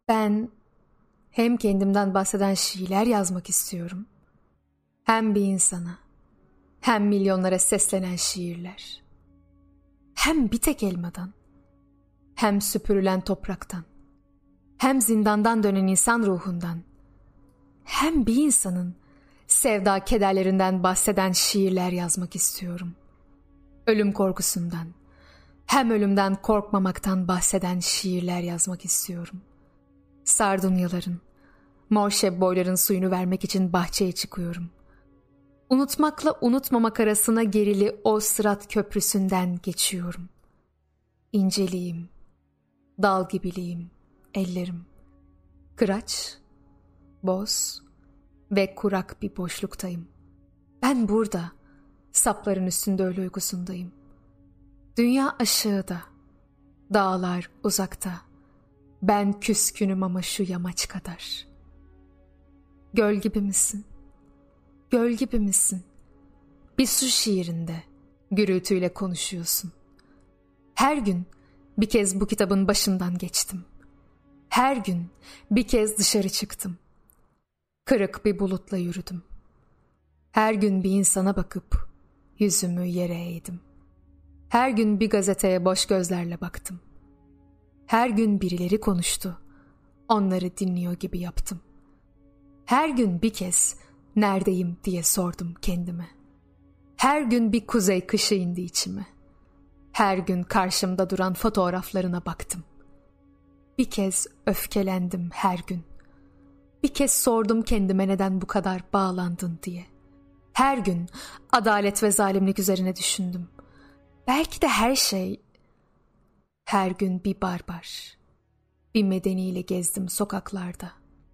Ben hem kendimden bahseden şiirler yazmak istiyorum, hem bir insana, hem milyonlara seslenen şiirler. Hem bir tek elmadan, hem süpürülen topraktan, hem zindandan dönen insan ruhundan, hem bir insanın sevda kederlerinden bahseden şiirler yazmak istiyorum. Ölüm korkusundan, hem ölümden korkmamaktan bahseden şiirler yazmak istiyorum. Sardunyaların, mor şebboyların suyunu vermek için bahçeye çıkıyorum. Unutmakla unutmamak arasına gerili o Sırat köprüsünden geçiyorum. İnceliğim, dal gibiliyim, ellerim. Kıraç, boz ve kurak bir boşluktayım. Ben burada, sapların üstünde öğle uykusundayım. Dünya aşağıda, dağlar uzakta. Ben küskünüm ama şu yamaç kadar. Göl gibi misin? Göl gibi misin? Bir su şiirinde gürültüyle konuşuyorsun. Her gün bir kez bu kitabın başından geçtim. Her gün bir kez dışarı çıktım. Kırık bir bulutla yürüdüm. Her gün bir insana bakıp yüzümü yere eğdim. Her gün bir gazeteye boş gözlerle baktım. Her gün birileri konuştu. Onları dinliyor gibi yaptım. Her gün bir kez neredeyim diye sordum kendime. Her gün bir kuzey kışı indi içime. Her gün karşımda duran fotoğraflarına baktım. Bir kez öfkelendim her gün. Bir kez sordum kendime neden bu kadar bağlandın diye. Her gün adalet ve zalimlik üzerine düşündüm. Belki de her şey... Her gün bir barbar, bir medeniyle gezdim sokaklarda.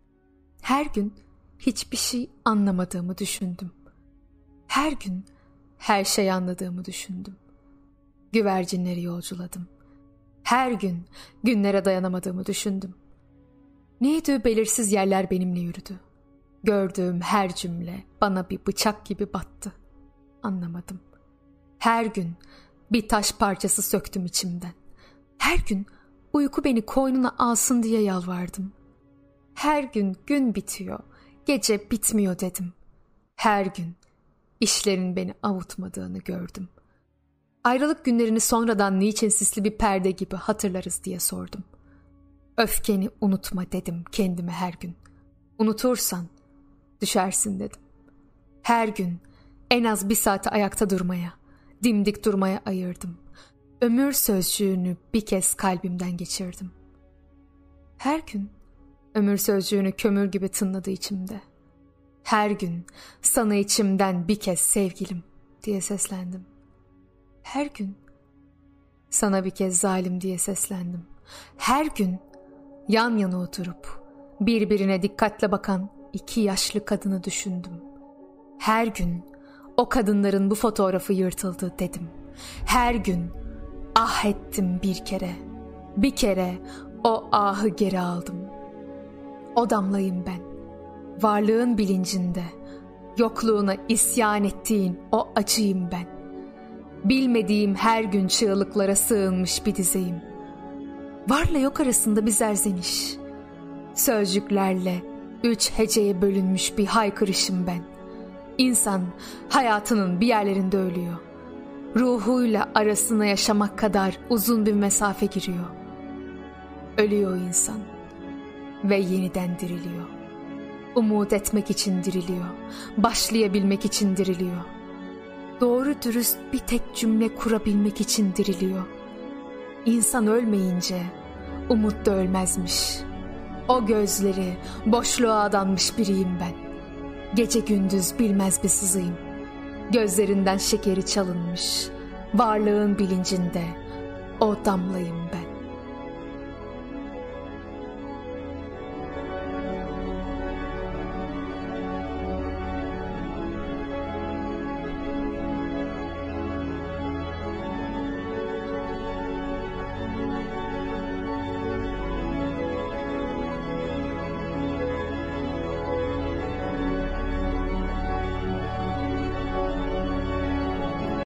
Her gün hiçbir şey anlamadığımı düşündüm. Her gün her şeyi anladığımı düşündüm. Güvercinleri yolculadım. Her gün günlere dayanamadığımı düşündüm. Neydi belirsiz yerler benimle yürüdü. Gördüğüm her cümle bana bir bıçak gibi battı. Anlamadım. Her gün bir taş parçası söktüm içimden. Her gün uyku beni koynuna alsın diye yalvardım. Her gün gün bitiyor, gece bitmiyor dedim. Her gün işlerin beni avutmadığını gördüm. Ayrılık günlerini sonradan niçin sisli bir perde gibi hatırlarız diye sordum. Öfkeni unutma dedim kendime her gün. Unutursan düşersin dedim. Her gün en az bir saati ayakta durmaya, dimdik durmaya ayırdım. Ömür sözcüğünü bir kez kalbimden geçirdim. Her gün ömür sözcüğünü kömür gibi tınladı içimde. Her gün sana içimden bir kez sevgilim diye seslendim. Her gün sana bir kez zalim diye seslendim. Her gün yan yana oturup birbirine dikkatle bakan iki yaşlı kadını düşündüm. Her gün o kadınların bu fotoğrafı yırtıldı dedim. Her gün ah ettim bir kere. Bir kere o ahı geri aldım. O damlayım ben. Varlığın bilincinde, yokluğuna isyan ettiğin o acıyım ben. Bilmediğim her gün çığlıklara sığınmış bir dizeyim. Varla yok arasında bir zerzeniş. Sözcüklerle 3 heceye bölünmüş bir haykırışım ben. İnsan hayatının bir yerlerinde ölüyor. Ruhuyla arasına yaşamak kadar uzun bir mesafe giriyor. Ölüyor insan ve yeniden diriliyor. Umut etmek için diriliyor. Başlayabilmek için diriliyor. Doğru dürüst bir tek cümle kurabilmek için diriliyor. İnsan ölmeyince umut da ölmezmiş. O gözleri boşluğa adanmış biriyim ben. Gece gündüz bilmez bir sızıyım. Gözlerinden şekeri çalınmış. Varlığın bilincinde o damlayım ben.